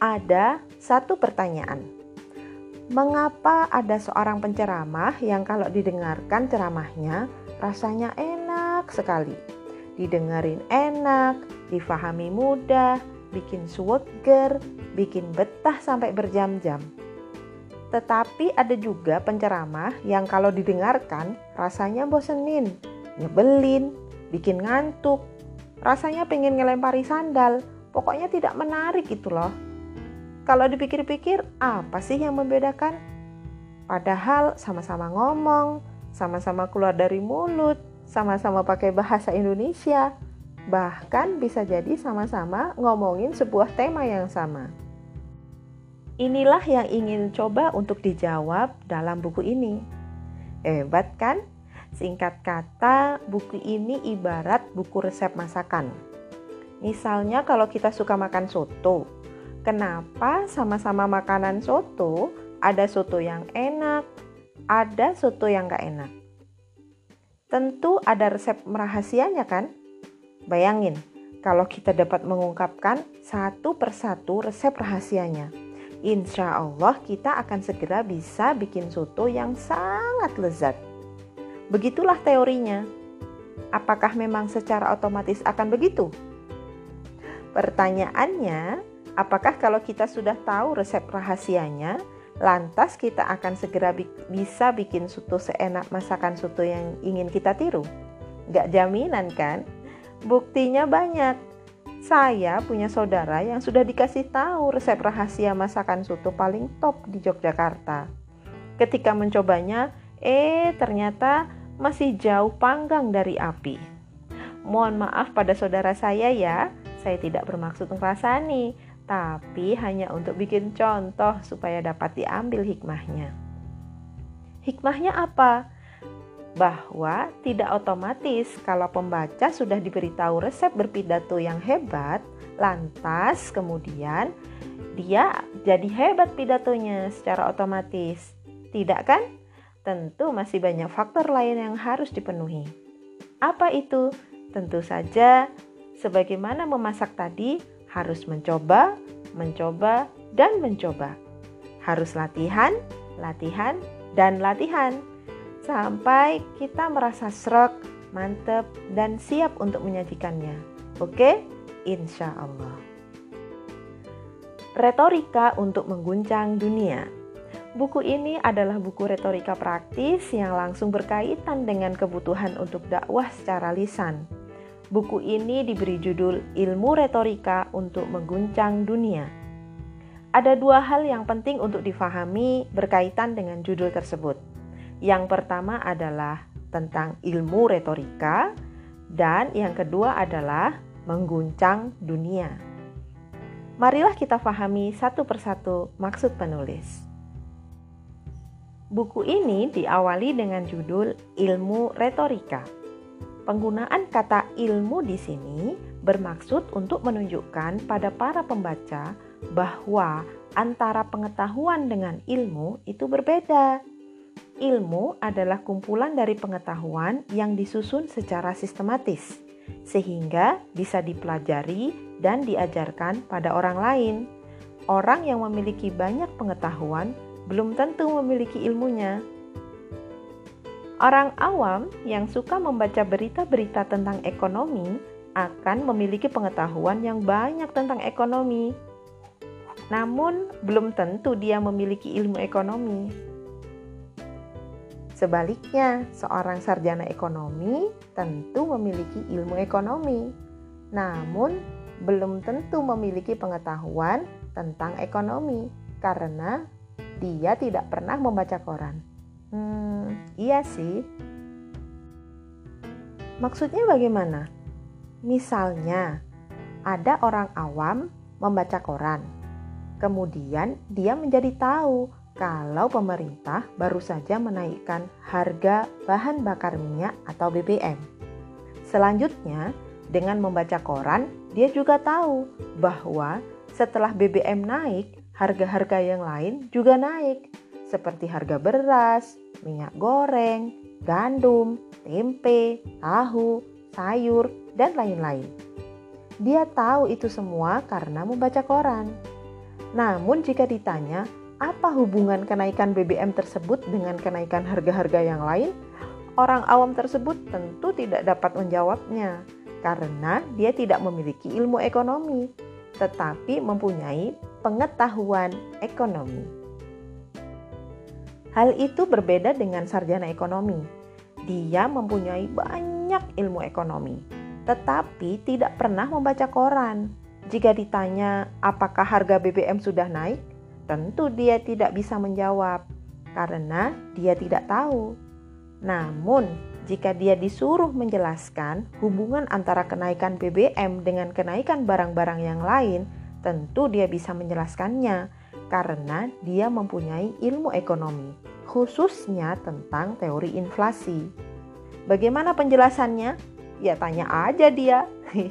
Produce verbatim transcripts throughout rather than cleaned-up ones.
ada satu pertanyaan. Mengapa ada seorang penceramah yang kalau didengarkan ceramahnya rasanya enak sekali? Didengarin enak, difahami mudah, bikin suweger, bikin betah sampai berjam-jam. Tetapi ada juga penceramah yang kalau didengarkan rasanya bosenin, nyebelin, bikin ngantuk, rasanya pengen ngelempari sandal, pokoknya tidak menarik gitu loh. Kalau dipikir-pikir, apa sih yang membedakan? Padahal sama-sama ngomong, sama-sama keluar dari mulut, sama-sama pakai bahasa Indonesia, bahkan bisa jadi sama-sama ngomongin sebuah tema yang sama. Inilah yang ingin coba untuk dijawab dalam buku ini. Hebat kan? Singkat kata, buku ini ibarat buku resep masakan. Misalnya kalau kita suka makan soto, kenapa sama-sama makanan soto, ada soto yang enak, ada soto yang gak enak? Tentu ada resep rahasianya kan? Bayangin, kalau kita dapat mengungkapkan satu persatu resep rahasianya, insya Allah kita akan segera bisa bikin soto yang sangat lezat. Begitulah teorinya. Apakah memang secara otomatis akan begitu? Pertanyaannya, apakah kalau kita sudah tahu resep rahasianya, lantas kita akan segera bi- bisa bikin soto seenak masakan soto yang ingin kita tiru? Gak jaminan kan? Buktinya banyak. Saya punya saudara yang sudah dikasih tahu resep rahasia masakan soto paling top di Yogyakarta. Ketika mencobanya, eh ternyata masih jauh panggang dari api. Mohon maaf pada saudara saya ya. Saya tidak bermaksud ngerasani, tapi hanya untuk bikin contoh supaya dapat diambil hikmahnya. Hikmahnya apa? Bahwa tidak otomatis kalau pembaca sudah diberitahu resep berpidato yang hebat, lantas kemudian dia jadi hebat pidatonya secara otomatis. Tidak kan? Tentu masih banyak faktor lain yang harus dipenuhi. Apa itu? Tentu saja sebagaimana memasak tadi, harus mencoba, mencoba, dan mencoba. Harus latihan, latihan, dan latihan. Sampai kita merasa sreg, mantep, dan siap untuk menyajikannya. Oke? Insya Allah. Retorika untuk mengguncang dunia. Buku ini adalah buku retorika praktis yang langsung berkaitan dengan kebutuhan untuk dakwah secara lisan. Buku ini diberi judul Ilmu Retorika untuk Mengguncang Dunia. Ada dua hal yang penting untuk difahami berkaitan dengan judul tersebut. Yang pertama adalah tentang ilmu retorika, dan yang kedua adalah mengguncang dunia. Marilah kita fahami satu persatu maksud penulis. Buku ini diawali dengan judul Ilmu Retorika. Penggunaan kata ilmu di sini bermaksud untuk menunjukkan pada para pembaca bahwa antara pengetahuan dengan ilmu itu berbeda. Ilmu adalah kumpulan dari pengetahuan yang disusun secara sistematis, sehingga bisa dipelajari dan diajarkan pada orang lain. Orang yang memiliki banyak pengetahuan belum tentu memiliki ilmunya. Orang awam yang suka membaca berita-berita tentang ekonomi akan memiliki pengetahuan yang banyak tentang ekonomi. Namun, belum tentu dia memiliki ilmu ekonomi. Sebaliknya, seorang sarjana ekonomi tentu memiliki ilmu ekonomi. Namun, belum tentu memiliki pengetahuan tentang ekonomi karena dia tidak pernah membaca koran. Hmm, iya sih. Maksudnya bagaimana? Misalnya, ada orang awam membaca koran. Kemudian dia menjadi tahu kalau pemerintah baru saja menaikkan harga bahan bakar minyak atau B B M. Selanjutnya, dengan membaca koran, dia juga tahu bahwa setelah B B M naik, harga-harga yang lain juga naik. Seperti harga beras, minyak goreng, gandum, tempe, tahu, sayur, dan lain-lain. Dia tahu itu semua karena membaca koran. Namun jika ditanya, apa hubungan kenaikan B B M tersebut dengan kenaikan harga-harga yang lain? Orang awam tersebut tentu tidak dapat menjawabnya karena dia tidak memiliki ilmu ekonomi, tetapi mempunyai pengetahuan ekonomi. Hal itu berbeda dengan sarjana ekonomi. Dia mempunyai banyak ilmu ekonomi, tetapi tidak pernah membaca koran. Jika ditanya apakah harga B B M sudah naik, tentu dia tidak bisa menjawab karena dia tidak tahu. Namun, jika dia disuruh menjelaskan hubungan antara kenaikan B B M dengan kenaikan barang-barang yang lain, tentu dia bisa menjelaskannya karena dia mempunyai ilmu ekonomi, khususnya tentang teori inflasi. Bagaimana penjelasannya? Ya tanya aja dia.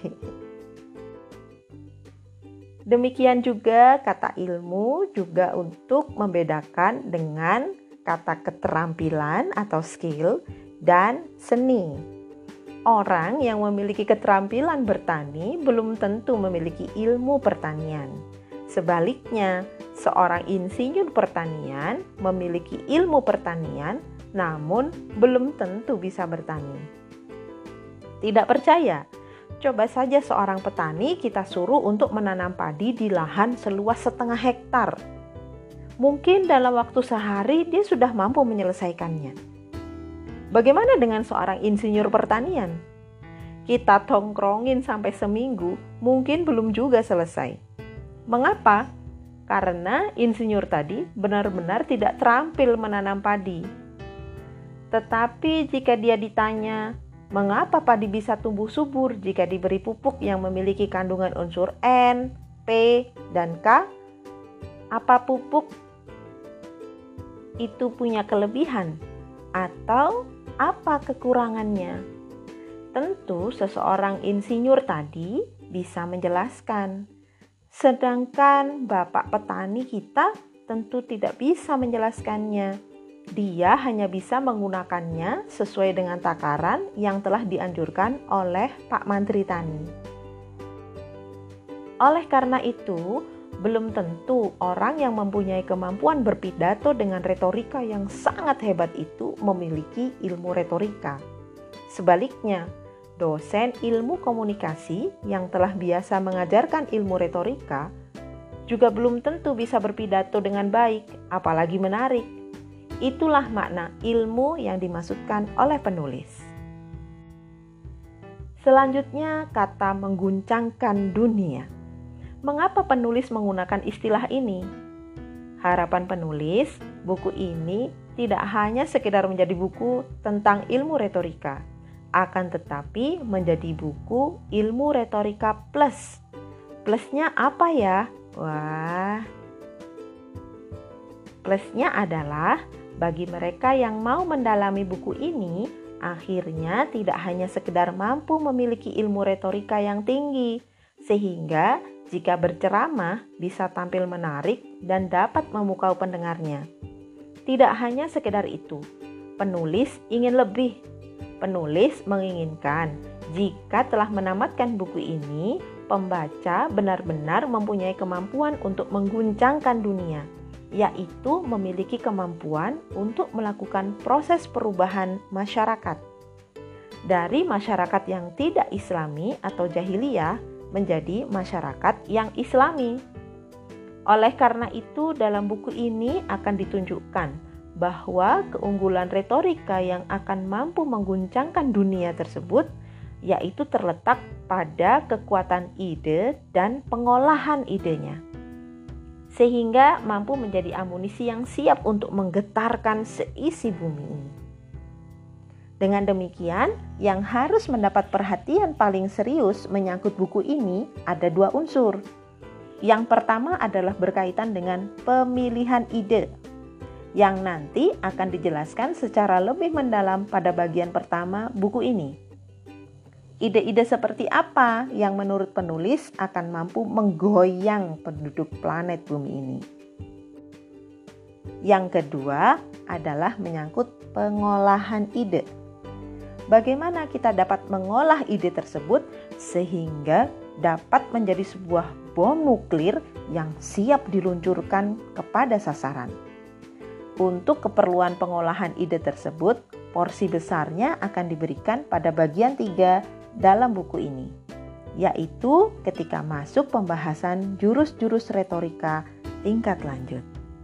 Demikian juga kata ilmu juga untuk membedakan dengan kata keterampilan atau skill dan seni. Orang yang memiliki keterampilan bertani belum tentu memiliki ilmu pertanian. Sebaliknya, seorang insinyur pertanian memiliki ilmu pertanian namun belum tentu bisa bertani. Tidak percaya? Coba saja seorang petani kita suruh untuk menanam padi di lahan seluas setengah hektar. Mungkin dalam waktu sehari dia sudah mampu menyelesaikannya. Bagaimana dengan seorang insinyur pertanian? Kita tongkrongin sampai seminggu, mungkin belum juga selesai. Mengapa? Karena insinyur tadi benar-benar tidak terampil menanam padi. Tetapi jika dia ditanya, mengapa padi bisa tumbuh subur jika diberi pupuk yang memiliki kandungan unsur N, P, dan K? Apa pupuk itu punya kelebihan atau apa kekurangannya? Tentu seseorang insinyur tadi bisa menjelaskan. Sedangkan Bapak petani kita tentu tidak bisa menjelaskannya. Dia hanya bisa menggunakannya sesuai dengan takaran yang telah dianjurkan oleh Pak Menteri Tani. Oleh karena itu, belum tentu orang yang mempunyai kemampuan berpidato dengan retorika yang sangat hebat itu memiliki ilmu retorika. Sebaliknya, dosen ilmu komunikasi yang telah biasa mengajarkan ilmu retorika juga belum tentu bisa berpidato dengan baik, apalagi menarik. Itulah makna ilmu yang dimaksudkan oleh penulis. Selanjutnya, kata mengguncangkan dunia. Mengapa penulis menggunakan istilah ini? Harapan penulis, buku ini tidak hanya sekedar menjadi buku tentang ilmu retorika, akan tetapi menjadi buku ilmu retorika plus. Plusnya apa ya? Wah, plusnya adalah bagi mereka yang mau mendalami buku ini, akhirnya tidak hanya sekedar mampu memiliki ilmu retorika yang tinggi, sehingga jika berceramah bisa tampil menarik dan dapat memukau pendengarnya. Tidak hanya sekedar itu, penulis ingin lebih. Penulis menginginkan jika telah menamatkan buku ini, pembaca benar-benar mempunyai kemampuan untuk mengguncangkan dunia, yaitu memiliki kemampuan untuk melakukan proses perubahan masyarakat dari masyarakat yang tidak Islami atau jahiliyah menjadi masyarakat yang Islami. Oleh karena itu, dalam buku ini akan ditunjukkan bahwa keunggulan retorika yang akan mampu mengguncangkan dunia tersebut yaitu terletak pada kekuatan ide dan pengolahan idenya, sehingga mampu menjadi amunisi yang siap untuk menggetarkan seisi bumi ini. Dengan demikian, yang harus mendapat perhatian paling serius menyangkut buku ini ada dua unsur. Yang pertama adalah berkaitan dengan pemilihan ide, yang nanti akan dijelaskan secara lebih mendalam pada bagian pertama buku ini. Ide-ide seperti apa yang menurut penulis akan mampu menggoyang penduduk planet bumi ini? Yang kedua adalah menyangkut pengolahan ide. Bagaimana kita dapat mengolah ide tersebut sehingga dapat menjadi sebuah bom nuklir yang siap diluncurkan kepada sasaran. Untuk keperluan pengolahan ide tersebut, porsi besarnya akan diberikan pada bagian tiga dalam buku ini, yaitu ketika masuk pembahasan jurus-jurus retorika tingkat lanjut.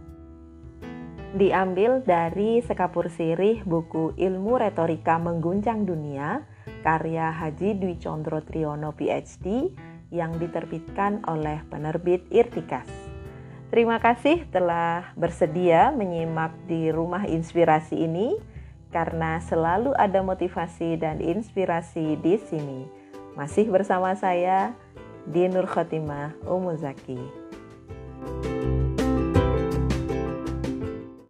Diambil dari sekapur sirih buku Ilmu Retorika Mengguncang Dunia, karya Haji Dwi Condro Triyono P H D yang diterbitkan oleh penerbit Irtikas. Terima kasih telah bersedia menyimak di Rumah Inspirasi ini, karena selalu ada motivasi dan inspirasi di sini. Masih bersama saya, Dinur Khotimah Umuzaki.